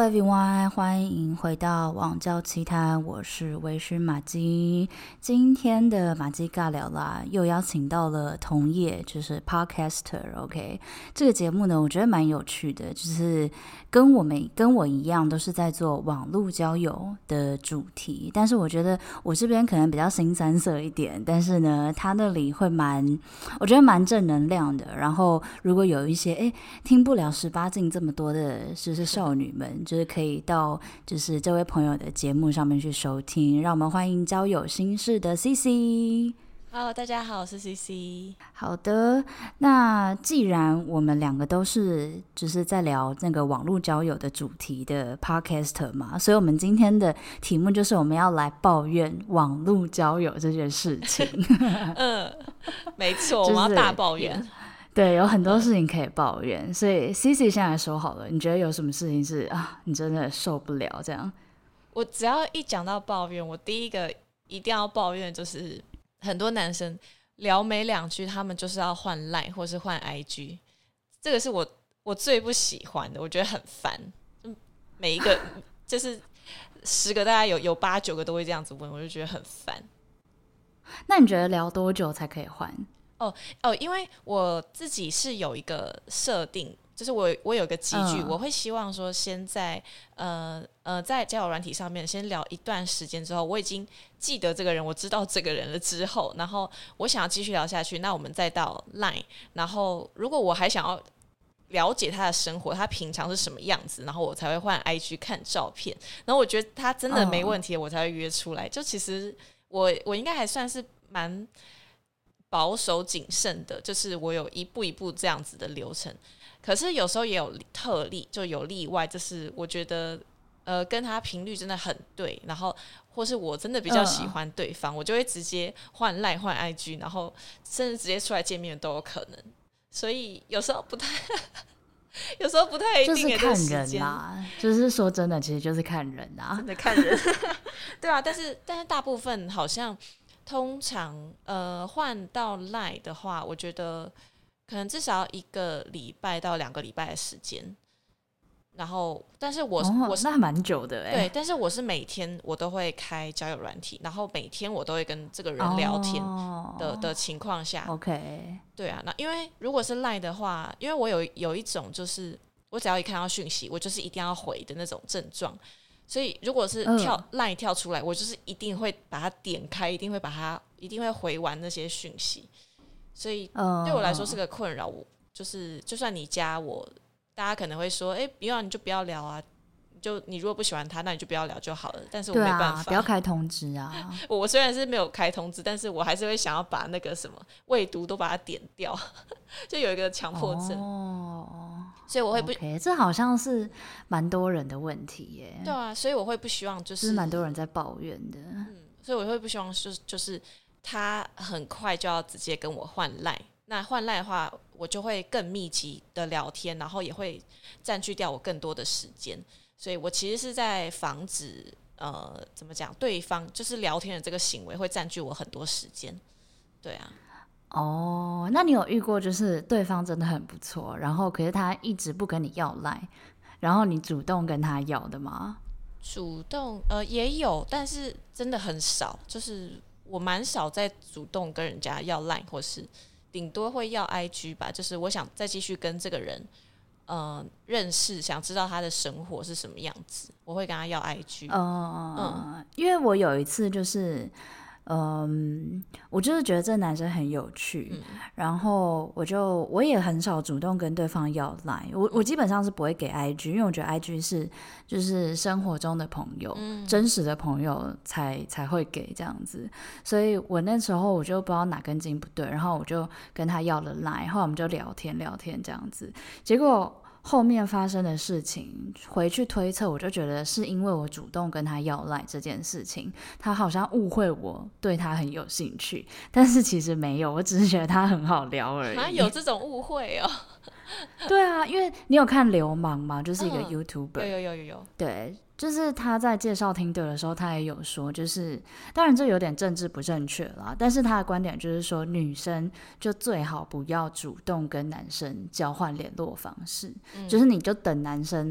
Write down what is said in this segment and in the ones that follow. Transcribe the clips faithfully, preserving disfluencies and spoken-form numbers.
everyone， 欢迎回到网交奇谈，我是微醺马基。今天的马基尬聊啦，又邀请到了同业，就是 podcaster。OK， 这个节目呢，我觉得蛮有趣的，就是跟我们跟我一样，都是在做网络交友的主题。但是我觉得我这边可能比较新三色一点，但是呢，他那里会蛮，我觉得蛮正能量的。然后如果有一些哎听不了十八禁这么多的，就是少女们。就是可以到就是这位朋友的节目上面去收听，让我们欢迎交友心事的 C C。Hello， 大家好，我是 C C。 好的，那既然我们两个都是就是在聊那个网络交友的主题的 podcaster 嘛，所以我们今天的题目就是我们要来抱怨网络交友这件事情。 嗯，没错，我们要大抱怨。 对，有很多事情可以抱怨，所以 C C 现在说好了，你觉得有什么事情是啊，你真的受不了这样？ 我只要一讲到抱怨，我第一个一定要抱怨就是很多男生聊没两句，他们就是要换 Line 或是换 I G， 这个是我我最不喜欢的，我觉得很烦。每一个就是十个大概有有八九个都会这样子问，我就觉得很烦。 那你觉得聊多久才可以换？ 哦哦，因为我自己是有一个设定，就是我我有一个机制、嗯，我会希望说先在呃呃在交友软体上面先聊一段时间之后，我已经记得这个人，我知道这个人了之后，然后我想要继续聊下去，那我们再到 Line， 然后如果我还想要了解他的生活，他平常是什么样子，然后我才会换 I G 看照片，然后我觉得他真的没问题、嗯、我才会约出来。就其实我我应该还算是蛮保守谨慎的，就是我有一步一步这样子的流程，可是有时候也有特例，就有例外，就是我觉得呃跟他频率真的很对，然后或是我真的比较喜欢对方、呃、我就会直接换 Line 换 I G， 然后甚至直接出来见面都有可能，所以有时候不太有时候不太一定， 就是看人啦，就是说真的其实就是看人啊， 真的看人对啊，但是但是大部分好像通常呃换到 Line 的话，我觉得可能至少要一个礼拜到两个礼拜的时间。然后，但是我、 哦、 我是那还蛮久的哎。 对，但是我是每天我都会开交友软体，然后每天我都会跟这个人聊天的、哦、的情况下 ，OK， 对啊。那因为如果是 Line 的话，因为我有有一种就是我只要一看到讯息，我就是一定要回的那种症状。所以如果是跳、呃、Line 跳出来，我就是一定会把它点开，一定会把它一定会回完那些讯息，所以对我来说是个困扰。我就是就算你加我，大家可能会说，哎，不要你就不要聊啊，就你如果不喜欢他，那你就不要聊就好了。但是我没办法， 对啊，不要开通知啊。 我虽然是没有开通知，但是我还是会想要把那个什么未读都把它点掉，就有一个强迫症。哦，所以我会不， okay， 这好像是蛮多人的问题耶。 对啊，所以我会不希望就是蛮多人在抱怨的。 嗯，所以我会不希望就是就是他很快就要直接跟我换 Line。那换 Line 的话，我就会更密集的聊天，然后也会占据掉我更多的时间。所以我其实是在防止呃，怎么讲，对方就是聊天的这个行为会占据我很多时间。对啊。 哦，那你有遇过就是对方真的很不错，然后可是他一直不跟你要 Line， 然后你主动跟他要的吗？ 主动呃也有，但是真的很少，就是我蛮少在主动跟人家要 Line， 或是顶多会要 I G 吧，就是我想再继续跟这个人呃认识，想知道他的生活是什么样子，我会跟他要 I G。 嗯嗯，因为我有一次就是嗯，我就是觉得这男生很有趣、嗯、然后我就我也很少主动跟对方要 Line， 我我基本上是不会给 I G， 因为我觉得 I G 是就是生活中的朋友、嗯、真实的朋友才才会给这样子，所以我那时候我就不知道哪根筋不对，然后我就跟他要了 Line， 后来我们就聊天聊天这样子，结果后面发生的事情回去推测，我就觉得是因为我主动跟他要 Line 这件事情，他好像误会我对他很有兴趣，但是其实没有，我只是觉得他很好聊而已。 啊，有这种误会哦？ 对啊，因为你有看流氓吗？就是一个 YouTuber、 嗯、有有有有有， 对，就是他在介绍听的时候，他也有说，就是当然这有点政治不正确啦，但是他的观点就是说，女生就最好不要主动跟男生交换联络方式、嗯、就是你就等男生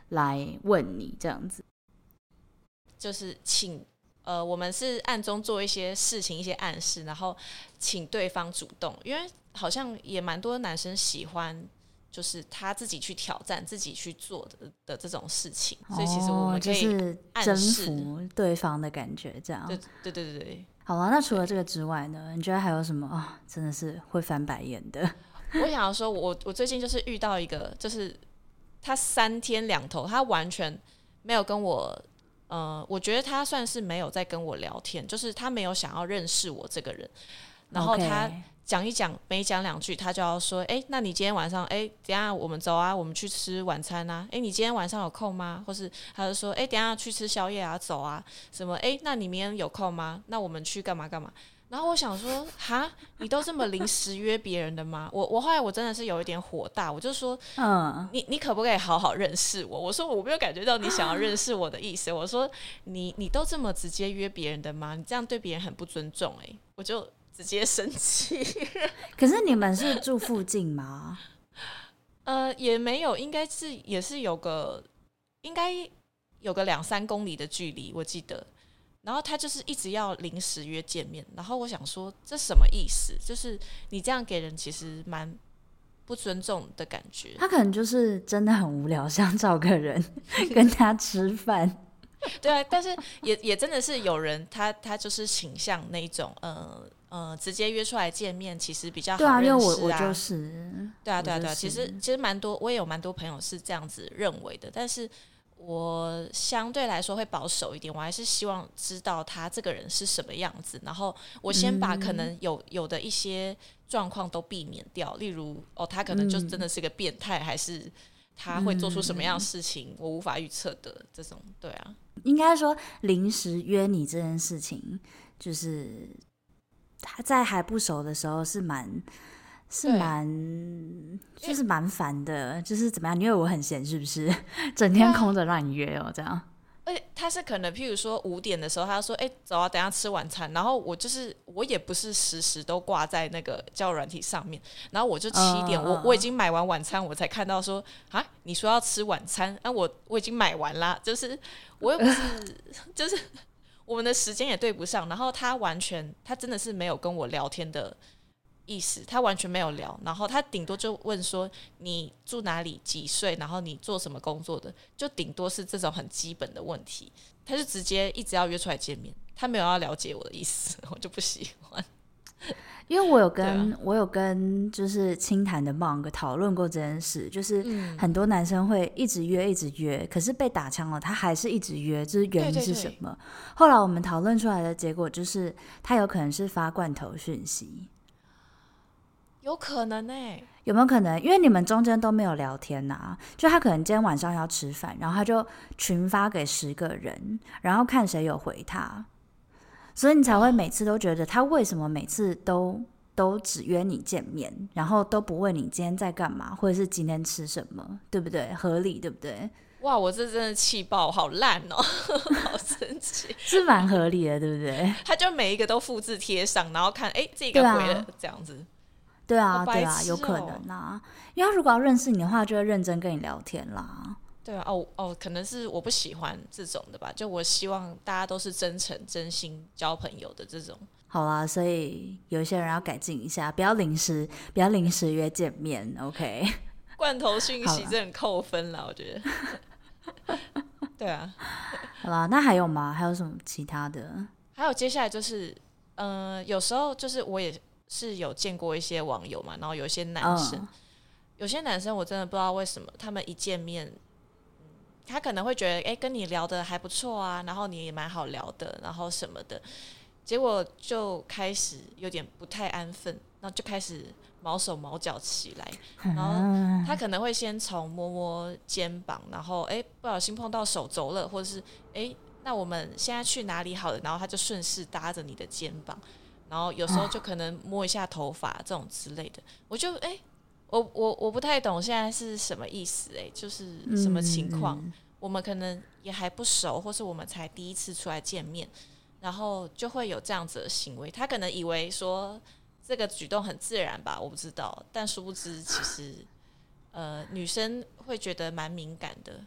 来问你这样子？ 就是请呃，我们是暗中做一些事情、一些暗示，然后请对方主动，因为好像也蛮多男生喜欢，就是他自己去挑战、自己去做的的这种事情，所以其实我们可以暗示、 哦就是、征服对方的感觉，这样。 对对对对对。 好了，那除了这个之外呢？你觉得还有什么啊、哦？真的是会翻白眼的。 我想要说我，我我最近就是遇到一个，就是他三天两头，他完全没有跟我。呃，我觉得他算是没有在跟我聊天，就是他没有想要认识我这个人，然后他讲一讲，没讲两句，他就要说，哎、欸，那你今天晚上，哎、欸，等一下我们走啊，我们去吃晚餐啊，哎、欸，你今天晚上有空吗？或是他就说，哎、欸，等一下去吃宵夜啊，走啊，什么，哎、欸，那你明天有空吗？那我们去干嘛干嘛？然后我想说，哈，你都这么临时约别人的吗？我我后来我真的是有一点火大，我就说，嗯，你你可不可以好好认识我？我说我没有感觉到你想要认识我的意思。我说你你都这么直接约别人的吗？你这样对别人很不尊重哎、欸，我就直接生气。 可是你们是住附近吗？ 呃，也没有，应该是也是有个应该有个两三公里的距离，我记得。然后他就是一直要临时约见面，然后我想说这什么意思？就是你这样给人其实蛮不尊重的感觉。 他可能就是真的很无聊，想找个人跟他吃饭。 对啊，但是也也真的是有人他他就是倾向那种呃呃直接约出来见面，其实比较好认识啊。 对啊，因为我我就是对啊对啊对啊，其实其实蛮多，我也有蛮多朋友是这样子认为的，但是。我相对来说会保守一点，我还是希望知道他这个人是什么样子，然后我先把可能有有的一些状况都避免掉，例如哦，他可能就真的是个变态，嗯、还是他会做出什么样的事情，嗯、我无法预测的这种，对啊。 应该说临时约你这件事情，就是他在还不熟的时候是蛮。是蛮，就是蛮烦的，就是怎么样？因为我很闲，是不是？整天空着让你约哦，这样。 而且他是可能，譬如说五点的时候，他就说：“哎、欸，走啊，等一下吃晚餐。”然后我就是我也不是时时都挂在那个交友软体上面，然后我就七点，uh, 我我已经买完晚餐，我才看到说啊，你说要吃晚餐啊，我我已经买完啦，就是我又不是，就是我们的时间也对不上，然后他完全，他真的是没有跟我聊天的。意思他完全没有聊，然后他顶多就问说你住哪里几岁，然后你做什么工作的，就顶多是这种很基本的问题，他就直接一直要约出来见面，他没有要了解我的意思，我就不喜欢。 因为我有跟、啊、我有跟就是清谈的 Monk 讨论过这件事，就是很多男生会一直约一直约，可是被打枪了他还是一直约，就是原因是什么？对对对，后来我们讨论出来的结果就是他有可能是发罐头讯息。 有可能欸， 有没有可能？因为你们中间都没有聊天啊，就他可能今天晚上要吃饭，然后他就群发给十个人，然后看谁有回他，所以你才会每次都觉得他为什么每次都都只约你见面，然后都不问你今天在干嘛，或者是今天吃什么，对不对？合理对不对？ 哇，我这真的气爆，好烂哦，好生气， 是蛮合理的，对不对？ 他就每一个都复制贴上，然后看，哎，这个回了、啊、这样子。 对啊，对啊，有可能啊，因为他如果要认识你的话，就会认真跟你聊天啦。 对啊，哦哦，可能是我不喜欢这种的吧，就我希望大家都是真诚、真心交朋友的这种。 好啦，所以有一些人要改进一下，不要临时，不要临时约见面 ，OK？ 罐头讯息真的很扣分啦，我觉得。对啊， 好啦，那还有吗？还有什么其他的？ 还有接下来就是，呃，有时候就是我也。是有见过一些网友嘛，然后有一些男生、嗯、有些男生我真的不知道为什么他们一见面、嗯、他可能会觉得哎、欸，跟你聊得还不错啊，然后你也蛮好聊的，然后什么的，结果就开始有点不太安分，然后就开始毛手毛脚起来，然后他可能会先从摸摸肩膀，然后哎、欸、不小心碰到手肘了，或者是哎、欸、那我们现在去哪里好了，然后他就顺势搭着你的肩膀，然后有时候就可能摸一下头发这种之类的，我就哎、欸，我我我不太懂现在是什么意思哎、欸，就是什么情况、嗯？我们可能也还不熟，或是我们才第一次出来见面，然后就会有这样子的行为。他可能以为说这个举动很自然吧，我不知道，但殊不知其实呃女生会觉得蛮敏感的。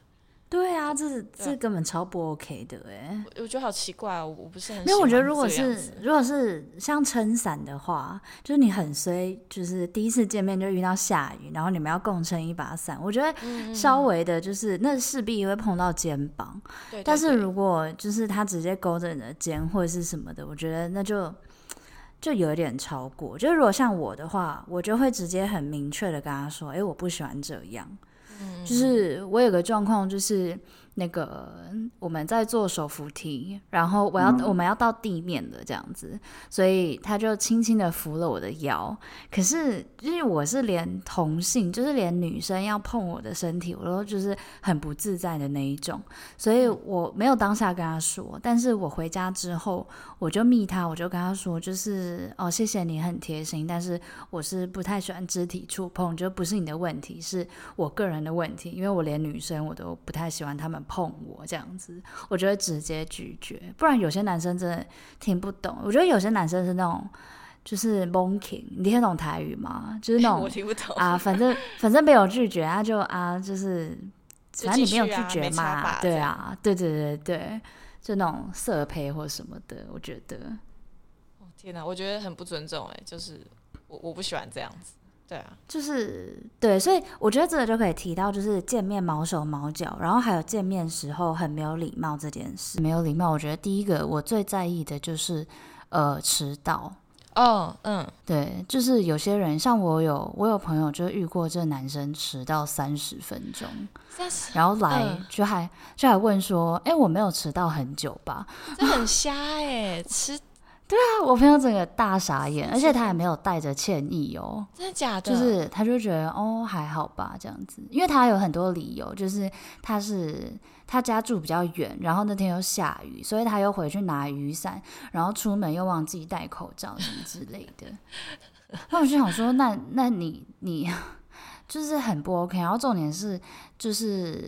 对啊，这这根本超不 OK 的哎！ 我我觉得好奇怪、哦，我不是很喜欢。 因为我觉得如果是如果是像撑伞的话，就是你很衰，就是第一次见面就遇到下雨，然后你们要共撑一把伞，我觉得稍微的就是那势必会碰到肩膀。对对对，但是如果就是他直接勾着你的肩或者是什么的，我觉得那就就有点超过。就是如果像我的话，我就会直接很明确的跟他说：“哎、欸，我不喜欢这样。”就是我有个状况，就是那个我们在做手扶梯，然后我要、嗯、我们要到地面的这样子，所以他就轻轻的扶了我的腰。可是因为我是连同性，就是连女生要碰我的身体，我都就是很不自在的那一种，所以我没有当下跟他说。但是我回家之后，我就密他，我就跟他说，就是哦，谢谢你很贴心，但是我是不太喜欢肢体触碰，就不是你的问题，是我个人的问题，因为我连女生我都不太喜欢他们碰我这样子，我就会直接拒绝。不然有些男生真的听不懂，我觉得有些男生是那种就是 monkey， 你听得懂台语吗？就是那种我听不懂啊，反正反正没有拒绝啊，就啊就是反正你没有拒绝嘛， 啊、 对啊，对对对对，就那种色胚或什么的，我觉得。 哦天哪，我觉得很不尊重哎，就是我我不喜欢这样子。对啊， 就是对，所以我觉得这个就可以提到，就是见面毛手毛脚，然后还有见面时候很没有礼貌这件事。没有礼貌，我觉得第一个我最在意的就是呃迟到。 哦，嗯， 对，就是有些人，像我有我有朋友就遇过这男生迟到三十分钟，然后来就还、嗯、就还问说，哎、欸，我没有迟到很久吧？ 这很瞎哎、欸，迟。 对啊，我朋友整个大傻眼，而且他还没有带着歉意哦。 真的假的？ 就是他就觉得哦还好吧这样子，因为他有很多理由，就是他是他家住比较远，然后那天又下雨，所以他又回去拿雨伞，然后出门又忘记戴口罩什么之类的。那我就想说，那那你你就是很不 OK， 然后重点是就是。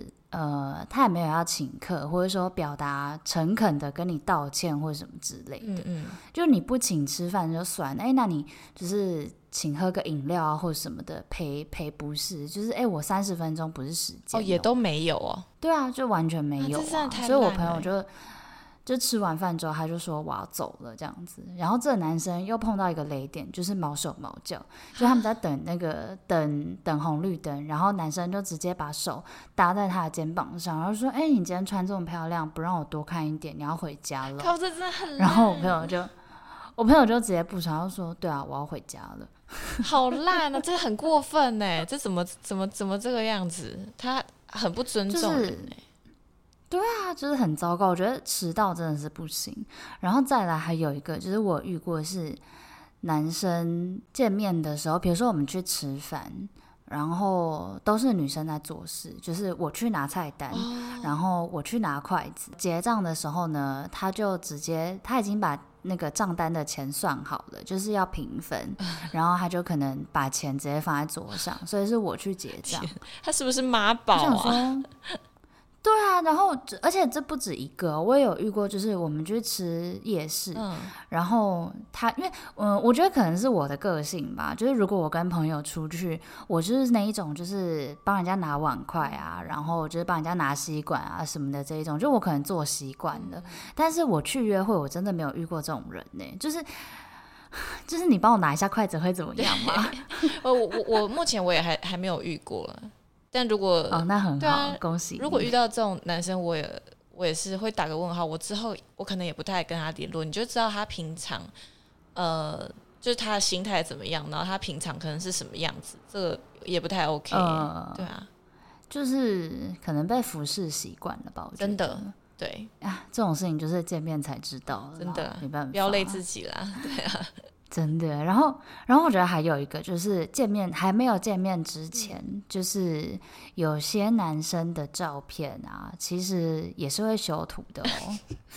呃，他也没有要请客，或者说表达诚恳的跟你道歉或者什么之类的。嗯嗯，就你不请吃饭就算了，哎，那你就是请喝个饮料啊或者什么的赔赔不是，就是哎，我三十分钟不是时间、喔、 哦，也都没有哦。 对啊，就完全没有、啊啊、 所以我朋友就就吃完饭之后他就说我要走了这样子，然后这个男生又碰到一个雷点，就是毛手毛脚，就他们在等那个等等红绿灯，然后男生就直接把手搭在他的肩膀上，然后说哎、欸，你今天穿这么漂亮，不让我多看一点，你要回家了。 靠，这真的很烂。 然后我朋友就我朋友就直接不爽，就说对啊，我要回家了。 好烂啊，这很过分耶，这怎么怎么怎么这个样子，他很不尊重人耶、就是对啊，就是很糟糕，我觉得迟到真的是不行。然后再来还有一个，就是我遇过是男生见面的时候，比如说我们去吃饭，然后都是女生在做事，就是我去拿菜单，哦、然后我去拿筷子，结账的时候呢，他就直接他已经把那个账单的钱算好了，就是要平分，然后他就可能把钱直接放在桌上，所以是我去结账。 他是不是妈宝啊？ 对啊，然后而且这不止一个，我也有遇过，就是我们去吃夜市，嗯、然后他因为嗯，我觉得可能是我的个性吧，就是如果我跟朋友出去，我就是那一种就是帮人家拿碗筷啊，然后就是帮人家拿吸管啊什么的这一种，就我可能做习惯了，嗯、但是我去约会，我真的没有遇过这种人呢、欸，就是就是你帮我拿一下筷子会怎么样吗？ 我我我目前我也还还没有遇过了。但如果哦，那很好， 啊、 恭喜！ 如果遇到这种男生，我也我也是会打个问号。我之后我可能也不太跟他联络，你就知道他平常呃，就是他的心态怎么样，然后他平常可能是什么样子，这个也不太 OK、呃。对啊， 就是可能被服侍习惯了吧？我觉得真的对啊，这种事情就是见面才知道了， 真的没办法， 不要累自己啦。对啊。 真的，然后，然后我觉得还有一个就是见面还没有见面之前，嗯、就是有些男生的照片啊，其实也是会修图的哦。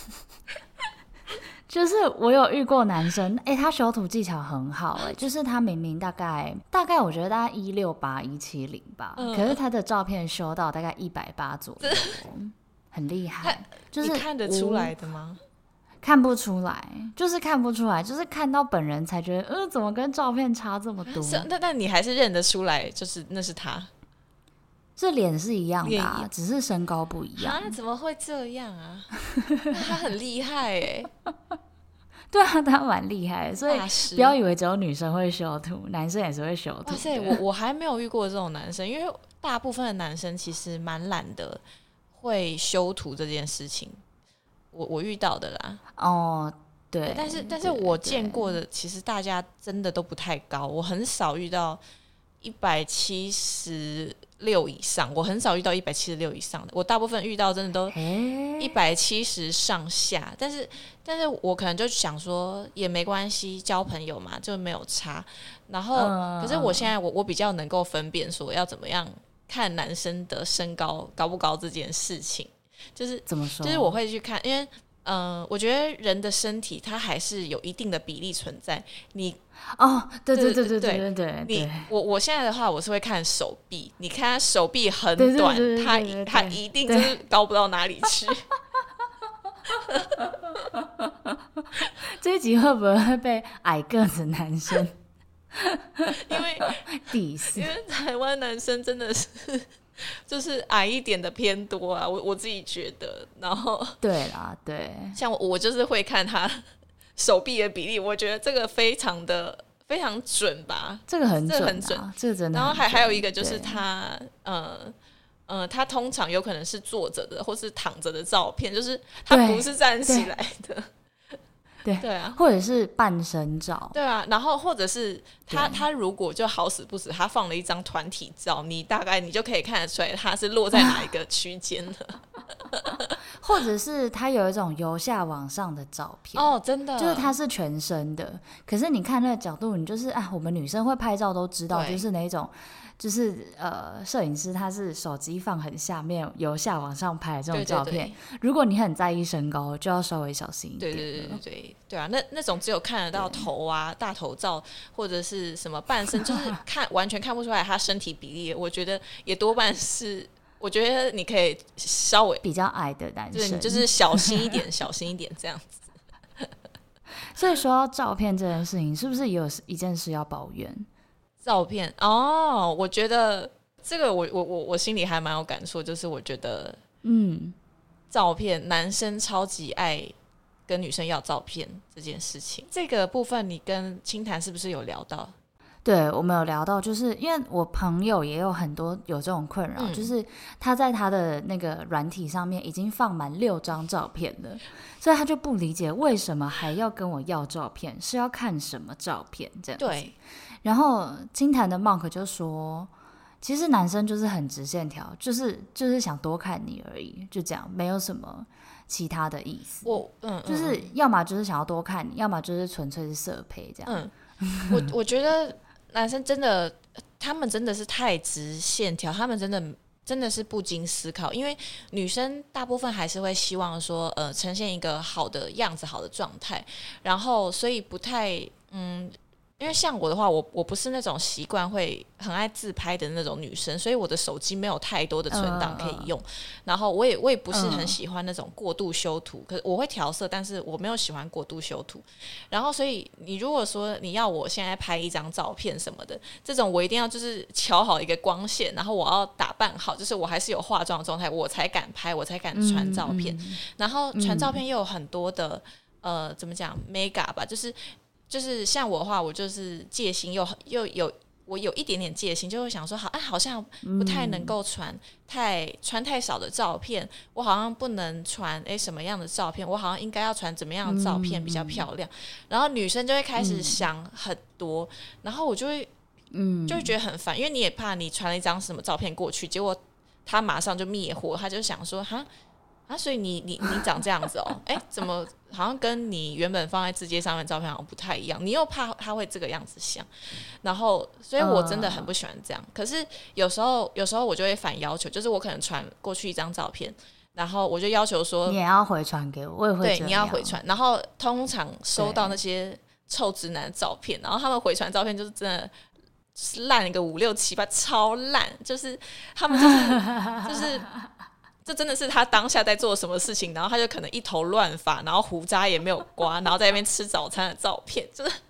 就是我有遇过男生，哎、欸，他修图技巧很好、欸，哎，就是他明明大概大概我觉得大概一六八一七零吧、嗯，可是他的照片修到大概一百八左右，很厉害。就是你看得出来的吗？ 看不出来，就是看不出来，就是看到本人才觉得，呃，怎么跟照片差这么多？ 那那你还是认得出来，就是那是他。 这脸是一样的啊，只是身高不一样啊？怎么会这样啊？他很厉害哎、欸。 对啊，他蛮厉害的，所以不要以为只有女生会修图，男生也是会修图的。 哇塞，我我还没有遇过这种男生，因为大部分的男生其实蛮懒的，会修图这件事情，我我遇到的啦。 哦，对， 但是但是我见过的，其实大家真的都不太高，我很少遇到一百七十六以上，我很少遇到一百七十六以上的，我大部分遇到真的都一百七十上下。但是但是我可能就想说也没关系，交朋友嘛就没有差。然后、嗯、可是我现在我我比较能够分辨说要怎么样看男生的身高高不高这件事情，就是怎么说？ 就是我会去看，因为嗯、呃，我觉得人的身体它还是有一定的比例存在。你哦，对对对对对对对， 你我我现在的话，我是会看手臂。你看他手臂很短，他他一定就是高不到哪里去。 这一集会不会被矮个子男生？ 因为第四， 因为台湾男生真的是。就是矮一点的偏多啊，我我自己觉得。然后对啦，对， 像 我, 我就是会看他手臂的比例，我觉得这个非常的非常准吧， 这个很准、啊， 这个很准， 这个真的很准。 然后还还有一个就是他呃呃，他通常有可能是坐着的或是躺着的照片，就是他不是站起来的。 对对啊， 或者是半身照， 对啊，然后或者是他他如果就好死不死，他放了一张团体照，你大概你就可以看得出来他是落在哪一个区间了。 或者是他有一种由下往上的照片哦，真的， 就是他是全身的，可是你看那个角度，你就是啊，我们女生会拍照都知道，就是那种。就是呃，摄影师他是手机放很下面，由下往上拍的这种照片。 对对对， 如果你很在意身高，就要稍微小心一点。 对对对对对啊，那那种只有看得到头啊、大头照或者是什么半身，就是看完全看不出来他身体比例。我觉得也多半是，我觉得你可以稍微比较矮的男生， 对，你就是小心一点，小心一点这样子。 所以说到照片这件事情，是不是也有一件事要抱怨？ 照片哦，我觉得这个我我我我心里还蛮有感触，就是我觉得嗯，照片男生超级爱跟女生要照片这件事情，这个部分你跟清谈是不是有聊到？ 对，我们有聊到，就是因为我朋友也有很多有这种困扰、嗯，就是他在他的那个软体上面已经放满六张照片了，所以他就不理解为什么还要跟我要照片，是要看什么照片这样子。对。然后清谈的 Mark 就说，其实男生就是很直线条，就是就是想多看你而已，就这样，没有什么其他的意思。我嗯，就是要么就是想要多看你，要么就是纯粹是色配这样。 嗯，我我觉得男生真的，他们真的是太直线条，他们真的真的是不经思考，因为女生大部分还是会希望说，呃，呈现一个好的样子、好的状态，然后所以不太嗯。因为像我的话，我我不是那种习惯会很爱自拍的那种女生，所以我的手机没有太多的存档可以用。Uh, 然后我也我也不是很喜欢那种过度修图， uh. 可是我会调色，但是我没有喜欢过度修图。然后所以你如果说你要我现在拍一张照片什么的，这种我一定要就是调好一个光线，然后我要打扮好，就是我还是有化妆的状态，我才敢拍，我才敢传照片。嗯嗯、然后传照片又有很多的、嗯、呃，怎么讲 mega 吧，就是。就是像我的话，我就是戒心又又有我有一点点戒心，就会想说好，哎，好像不太能够传、嗯、太传太少的照片，我好像不能传哎什么样的照片，我好像应该要传怎么样的照片比较漂亮。嗯、然后女生就会开始想很多，嗯、然后我就会嗯就会觉得很烦，因为你也怕你传了一张什么照片过去，结果他马上就灭火，他就想说哈。啊，所以你你你长这样子哦，哎，怎么好像跟你原本放在字节上面的照片好像不太一样？你又怕他会这个样子想，然后，所以我真的很不喜欢这样。Uh. 可是有时候有时候我就会反要求，就是我可能传过去一张照片，然后我就要求说你也要回传给我，我也会对，你要回传。然后通常收到那些臭直男的照片，然后他们回传照片就是真的烂一个五六七八，超烂，就是他们就是就是。这真的是他当下在做什么事情，然后他就可能一头乱发，然后胡渣也没有刮，然后在那边吃早餐的照片，就是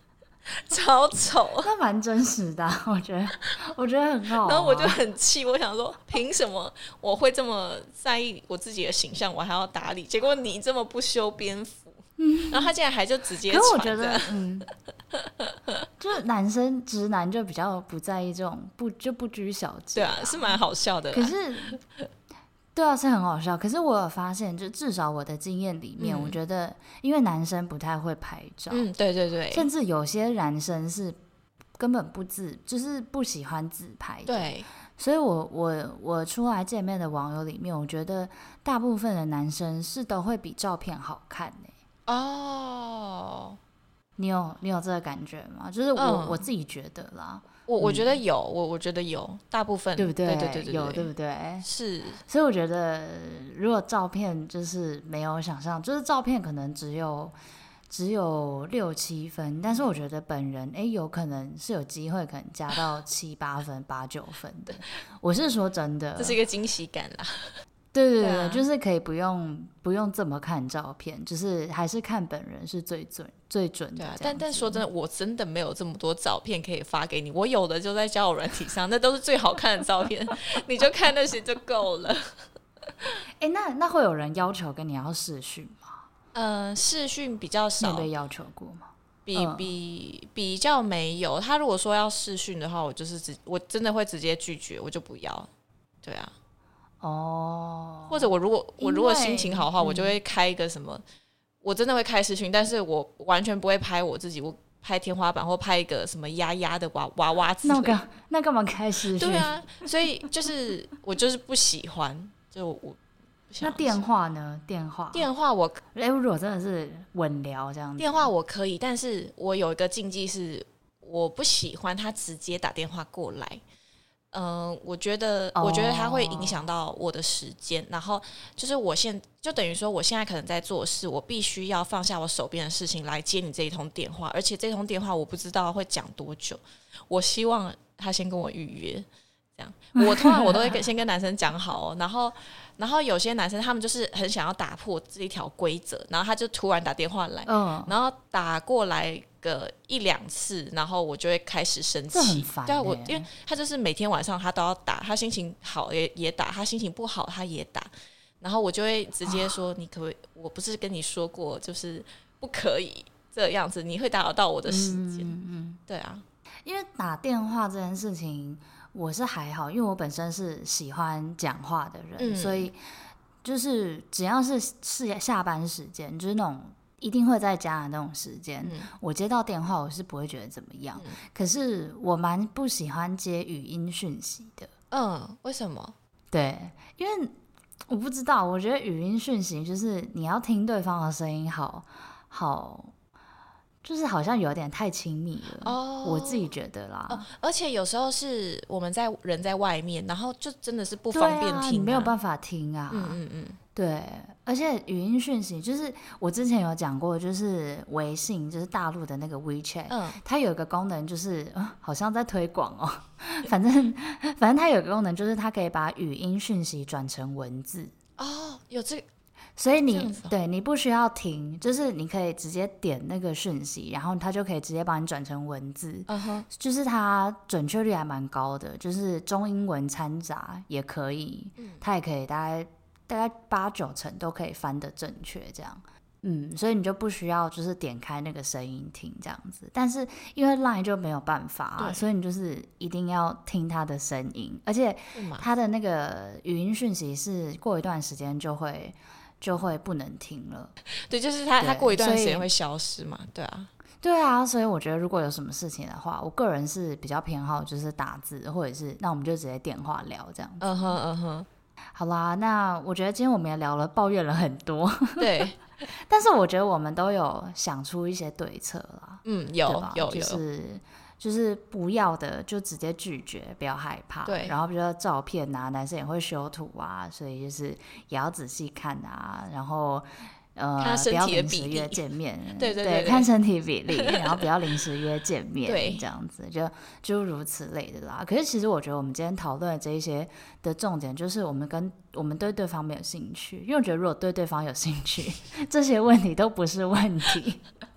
超丑， 那蛮真实的、啊，我觉得，我觉得很好、啊。 然后我就很气，我想说，凭什么我会这么在意我自己的形象，我还要打理？结果你这么不修边幅，嗯、然后他竟然还就直接传。 可是我觉得，嗯，就是男生直男就比较不在意这种不就不拘小节、 啊，对啊，是蛮好笑的啦。 可是。对啊，是很好笑。可是我有发现，就至少我的经验里面，嗯、我觉得，因为男生不太会拍照， 嗯，对对对， 甚至有些男生是根本不自，就是不喜欢自拍的。 对， 所以我我我出来见面的网友里面，我觉得大部分的男生是都会比照片好看呢、欸。 哦， 你有你有这个感觉吗？就是我、嗯、我自己觉得啦。 我我觉得有，嗯、我我觉得有，大部分对不对？ 对对对对， 有对不对？ 是， 所以我觉得，如果照片就是没有想象，就是照片可能只有只有六七分，但是我觉得本人哎，有可能是有机会可能加到七八分、八九分的。我是说真的， 这是一个惊喜感啦。 对对 对, 对、啊，就是可以不用不用这么看照片，就是还是看本人是最准最准的。 对啊，但但说真的，我真的没有这么多照片可以发给你，我有的就在交友软体上，那都是最好看的照片，你就看那些就够了。 哎，那那会有人要求跟你要视讯吗？ 呃，视讯比较少。 你有被要求过吗？ 比比比较没有。他如果说要视讯的话，我就是直我真的会直接拒绝，我就不要。对啊。 哦， 或者我如果我如果心情好的话，我就会开一个什么，嗯、我真的会开视讯，但是我完全不会拍我自己，我拍天花板或拍一个什么丫丫的娃娃娃之类的。 那干那干嘛开视讯？ 对啊，所以就是我就是不喜欢，就我。 那电话呢？电话电话我哎，如果真的是稳聊这样子， 电话我可以，但是我有一个禁忌是，我不喜欢他直接打电话过来。嗯、呃，我觉得，我觉得它会影响到我的时间。Oh. 然后就是我现就等于说，我现在可能在做事，我必须要放下我手边的事情来接你这一通电话，而且这通电话我不知道会讲多久。我希望他先跟我预约，这样我通常我都会先跟男生讲好哦。然后，然后有些男生他们就是很想要打破这一条规则，然后他就突然打电话来， oh. 然后打过来。个一两次，然后我就会开始生气。 这很烦欸。 对啊，我因为他就是每天晚上他都要打，他心情好也也打，他心情不好他也打，然后我就会直接说：“你可不可以？我不是跟你说过，就是不可以这样子，你会打扰到我的时间。”嗯嗯，对啊， 因为打电话这件事情我是还好，因为我本身是喜欢讲话的人，嗯、所以就是只要是是下班时间，就是那种。一定会在家的那种时间、嗯、我接到电话我是不会觉得怎么样、嗯、可是我蛮不喜欢接语音讯息的。 嗯，为什么？ 对，因为我不知道，我觉得语音讯息就是你要听对方的声音好好就是好像有点太亲密了、哦、我自己觉得啦、 哦、而且有时候是我们在人在外面，然后就真的是不方便听、啊啊、你没有办法听啊。 嗯嗯嗯， 对，而且语音讯息就是我之前有讲过，就是微信就是大陆的那个 WeChat、嗯、它有一个功能就是、呃、好像在推广哦反正反正它有一个功能就是它可以把语音讯息转成文字。 哦，有这个， 所以你对你不需要停，就是你可以直接点那个讯息，然后它就可以直接帮你转成文字、uh-huh. 就是它准确率还蛮高的，就是中英文掺杂也可以、嗯、它也可以大概大概八九成都可以翻得正确这样。嗯，所以你就不需要就是点开那个声音听这样子，但是因为 Line 就没有办法、啊、所以你就是一定要听它的声音，而且它的那个语音讯息是过一段时间就会就会不能听了。 对，就是它它过一段时间会消失嘛。对啊对啊，所以我觉得如果有什么事情的话，我个人是比较偏好就是打字，或者是那我们就直接电话聊这样子。 嗯哼嗯哼。 好啦，那我觉得今天我们也聊了抱怨了很多。 对但是我觉得我们都有想出一些对策啦。 嗯，有有有， 就是就是不要的就直接拒绝，不要害怕。 对， 然后比如说照片啊，男生也会修图啊，所以就是也要仔细看啊，然后呃， 看身体的比例， 不要临时约见面。 对对 对, 对，看身体比例，然后不要临时约见面， 对， 这样子就诸如此类的啦。可是其实我觉得我们今天讨论的这一些的重点，就是我们跟我们对对方没有兴趣，因为我觉得如果对对方有兴趣，这些问题都不是问题。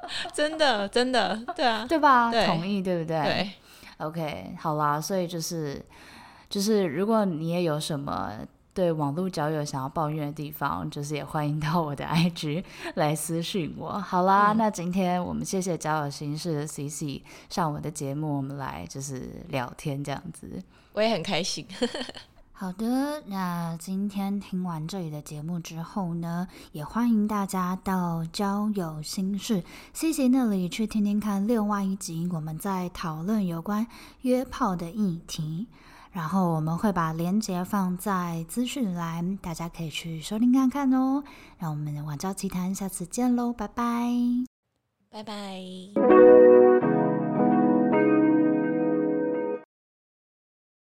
真的真的，对啊， 对吧？ 对同意，对不对？ 对。 OK， 好啦，所以就是就是如果你也有什么对网络交友想要抱怨的地方，就是也欢迎到我的 I G 来私讯我。好啦、嗯、那今天我们谢谢交友心事的 C C 上我的节目，我们来就是聊天这样子， 我也很开心。 好的，那今天听完这里的节目之后呢，也欢迎大家到交友心事 C C 那里去听听看另外一集我们在讨论有关约炮的议题，然后我们会把连结放在资讯栏，大家可以去收听看看哦。那我们晚交奇谈下次见咯，拜拜， 拜拜。